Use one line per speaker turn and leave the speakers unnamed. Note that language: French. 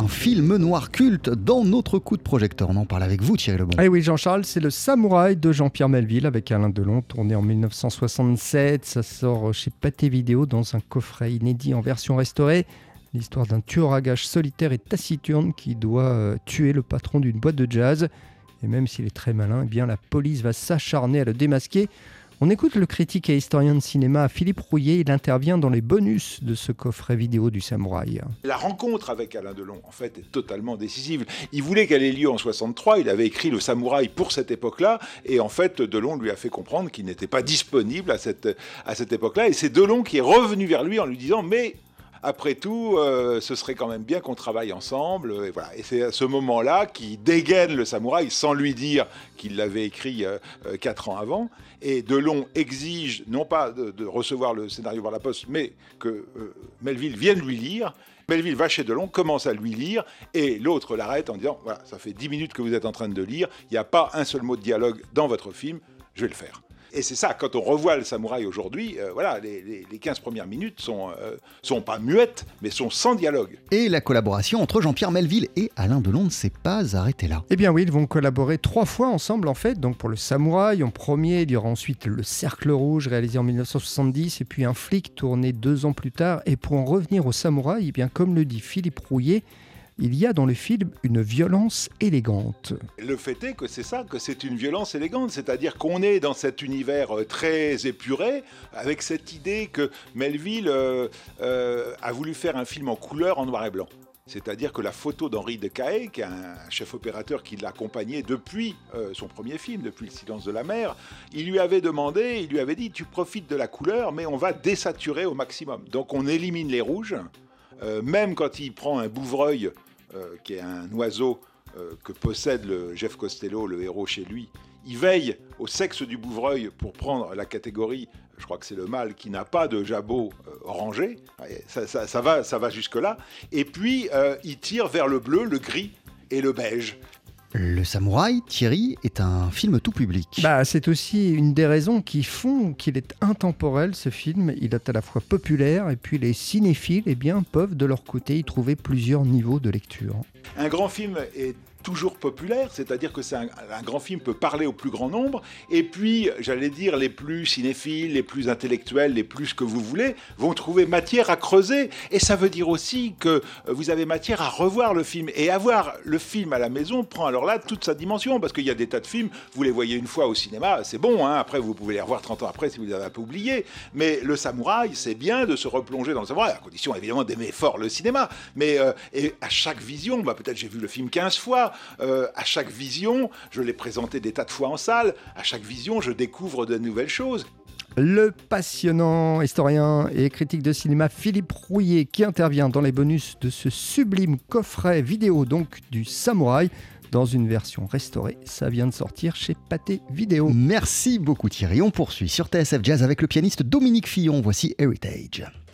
film noir culte dans notre coup de projecteur. On en parle avec vous, Thierry Lebon.
Eh oui, Jean-Charles, c'est Le Samouraï de Jean-Pierre Melville avec Alain Delon, tourné en 1967. Ça sort chez Pathé Vidéo dans un coffret inédit en version restaurée. L'histoire d'un tueur à gages solitaire et taciturne qui doit tuer le patron d'une boîte de jazz. Et même s'il est très malin, eh bien, la police va s'acharner à le démasquer. On écoute le critique et historien de cinéma Philippe Rouillet. Il intervient dans les bonus de ce coffret vidéo du Samouraï.
La rencontre avec Alain Delon, en fait, est totalement décisive. Il voulait qu'elle ait lieu en 63. Il avait écrit Le Samouraï pour cette époque-là. Et en fait, Delon lui a fait comprendre qu'il n'était pas disponible à cette époque-là. Et c'est Delon qui est revenu vers lui en lui disant « Mais après tout, ce serait quand même bien qu'on travaille ensemble. » Et voilà. Et c'est à ce moment-là qu'il dégaine Le Samouraï sans lui dire qu'il l'avait écrit 4 ans avant. Et Delon exige non pas de recevoir le scénario par la poste, mais que Melville vienne lui lire. Melville va chez Delon, commence à lui lire, et l'autre l'arrête en disant « Voilà, ça fait 10 minutes que vous êtes en train de lire, il n'y a pas un seul mot de dialogue dans votre film, je vais le faire. » Et c'est ça, quand on revoit Le Samouraï aujourd'hui, voilà, les 15 premières minutes sont pas muettes, mais sont sans dialogue.
Et la collaboration entre Jean-Pierre Melville et Alain Delon ne s'est pas arrêtée là.
Eh bien oui, ils vont collaborer 3 fois ensemble en fait. Donc pour Le Samouraï en premier, il y aura ensuite Le Cercle Rouge réalisé en 1970 et puis Un flic tourné 2 ans plus tard. Et pour en revenir au Samouraï, eh bien comme le dit Philippe Rouillet, il y a dans le film une violence élégante.
Le fait est que c'est ça, que c'est une violence élégante, c'est-à-dire qu'on est dans cet univers très épuré, avec cette idée que Melville a voulu faire un film en couleur, en noir et blanc. C'est-à-dire que la photo d'Henri Decaë, qui est un chef opérateur qui l'accompagnait depuis son premier film, depuis Le Silence de la mer, il lui avait dit « Tu profites de la couleur, mais on va désaturer au maximum. » Donc on élimine les rouges, même quand il prend un bouvreuil, qui est un oiseau que possède le Jeff Costello, le héros chez lui. Il veille au sexe du bouvreuil pour prendre la catégorie, je crois que c'est le mâle, qui n'a pas de jabot orangé. Ça va jusque-là. Et puis, il tire vers le bleu, le gris et le beige.
Le Samouraï, Thierry, est un film tout public.
C'est aussi une des raisons qui font qu'il est intemporel, ce film. Il est à la fois populaire et puis les cinéphiles peuvent de leur côté y trouver plusieurs niveaux de lecture.
Un grand film est toujours populaire, c'est-à-dire que un grand film peut parler au plus grand nombre, et puis, j'allais dire, les plus cinéphiles, les plus intellectuels, les plus que vous voulez, vont trouver matière à creuser, et ça veut dire aussi que vous avez matière à revoir le film, et avoir le film à la maison prend alors là toute sa dimension, parce qu'il y a des tas de films, vous les voyez une fois au cinéma, c'est bon, hein, après vous pouvez les revoir 30 ans après si vous les avez un peu oubliés, mais Le Samouraï, c'est bien de se replonger dans Le Samouraï, à condition évidemment d'aimer fort le cinéma, mais et à chaque vision, peut-être j'ai vu le film 15 fois, à chaque vision, je l'ai présenté des tas de fois en salle, à chaque vision, je découvre de nouvelles choses.
Le passionnant historien et critique de cinéma Philippe Rouillet qui intervient dans les bonus de ce sublime coffret vidéo donc du Samouraï dans une version restaurée. Ça vient de sortir chez Pathé Vidéo.
Merci beaucoup Thierry. On poursuit sur TSF Jazz avec le pianiste Dominique Fillon. Voici Heritage.